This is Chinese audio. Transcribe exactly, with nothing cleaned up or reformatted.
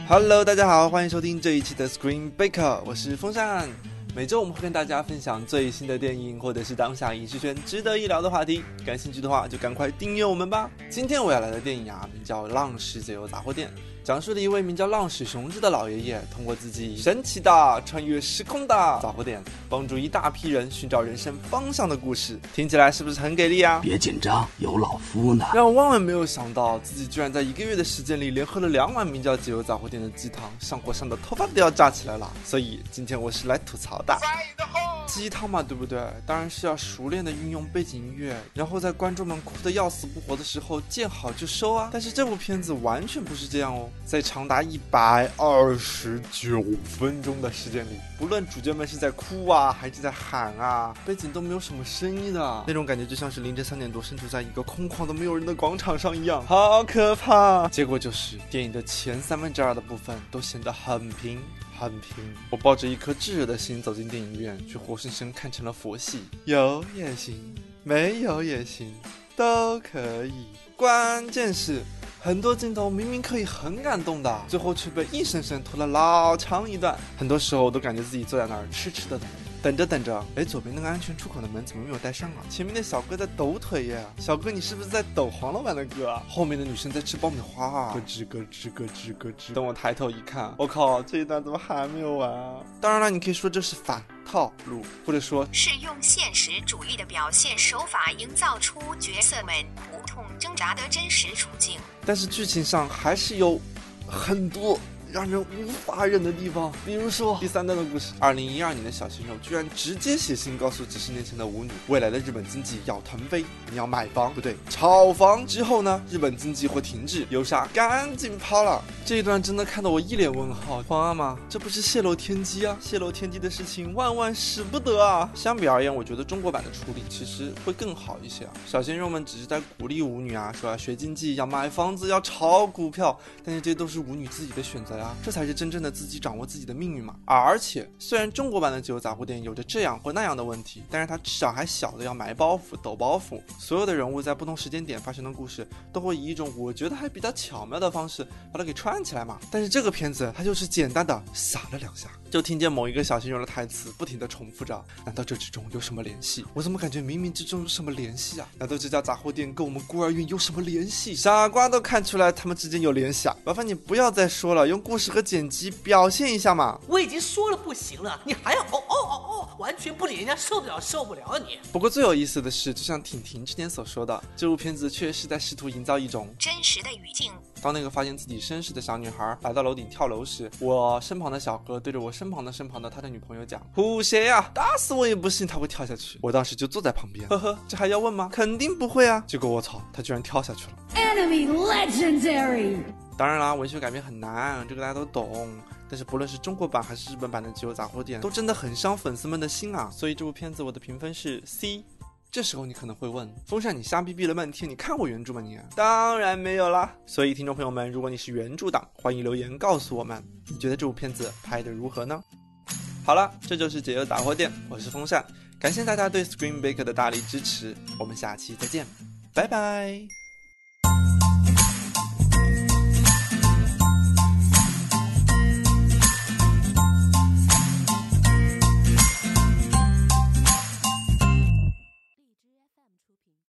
Hello， 大家好，欢迎收听这一期的 Screen Baker， 我是风扇。每周我们会跟大家分享最新的电影，或者是当下影视圈值得一聊的话题。感兴趣的话，就赶快订阅我们吧。今天我要来的电影啊，名叫《浪矢解忧杂货店》，讲述了一位名叫浪矢雄之的老爷爷，通过自己神奇的穿越时空的杂货店，帮助一大批人寻找人生方向的故事。听起来是不是很给力啊？ 别紧张，有老夫呢。 让我万万没有想到，自己居然在一个月的时间里，连喝了两碗名叫解忧杂货店的鸡汤，上火上的头发都要炸起来了。所以今天我是来吐槽的。鸡汤嘛，对不对？当然是要熟练的运用背景音乐，然后在观众们哭得要死不活的时候见好就收啊。但是这部片子完全不是这样哦，在长达一百二十九分钟的时间里，不论主角们是在哭啊还是在喊啊，背景都没有什么声音的，那种感觉就像是凌晨三点多身处在一个空旷的没有人的广场上一样，好可怕。结果就是电影的前三分之二的部分都显得很平很平。我抱着一颗炙热的心走进电影院，却活生生看成了佛系，有也行，没有也行，都可以。关键是很多镜头明明可以很感动的，最后却被硬生生拖了老长一段。很多时候我都感觉自己坐在那儿痴痴的等，等着等着，哎，左边那个安全出口的门怎么没有带上啊？前面的小哥在抖腿耶，小哥你是不是在抖黄老板的歌啊？后面的女生在吃爆米花啊，咯吱咯吱咯吱咯吱。等我抬头一看，我靠，这一段怎么还没有完啊？当然了，你可以说这是反套路，或者说是用现实主义的表现手法营造出角色们无痛挣扎的真实处境， 但是剧情上还是有很多让人无法忍的地方。比如说第三段的故事，二零一二年的小鲜肉居然直接写信告诉几十年前的舞女，未来的日本经济要腾飞，你要买房，不对，炒房。之后呢，日本经济会停滞，有啥赶紧抛了。这一段真的看得我一脸问号，皇阿玛，这不是泄露天机啊？泄露天机的事情万万使不得啊！相比而言，我觉得中国版的处理其实会更好一些啊。小鲜肉们只是在鼓励舞女啊，说要学经济，要买房子，要炒股票，但是这都是舞女自己的选择呀，这才是真正的自己掌握自己的命运嘛。而且虽然中国版的解忧杂货店有着这样或那样的问题，但是它至少还小的要埋包袱、抖包袱。所有的人物在不同时间点发生的故事，都会以一种我觉得还比较巧妙的方式把它给串起来嘛。但是这个片子它就是简单的撒了两下，就听见某一个小鲜肉的台词不停的重复着，难道这之中有什么联系？我怎么感觉冥冥之中有什么联系啊？难道这家杂货店跟我们孤儿院有什么联系？傻瓜都看出来他们之间有联系啊！麻烦你不要再说了，用故事和剪辑表现一下嘛。 我已经说了不行了，你还要哦哦哦哦，完全不理人家，受不了受不了你。 不过最有意思的是，就像婷婷之前所说的，这部片子确实在试图营造一种真实的语境。 当那个发现自己身世的小女孩来到楼顶跳楼时，我身旁的小哥对着我身旁的身旁的他的女朋友讲，虎邪呀，打死我也不信他会跳下去。我当时就坐在旁边，呵呵，这还要问吗？肯定不会啊。结果我操，他居然跳下去了。 Enemy legendary。 当然啦，文学改编很难，这个大家都懂，但是不论是中国版还是日本版的解忧杂货店，都真的很伤粉丝们的心啊。所以这部片子我的评分是 C。 这时候你可能会问，风扇你瞎逼逼了半天，你看过原著吗你？当然没有啦。所以听众朋友们，如果你是原著党，欢迎留言告诉我们，你觉得这部片子拍得如何呢？好了，这就是解忧杂货店，我是风扇，感谢大家对 Screen Baker 的大力支持，我们下期再见，拜拜。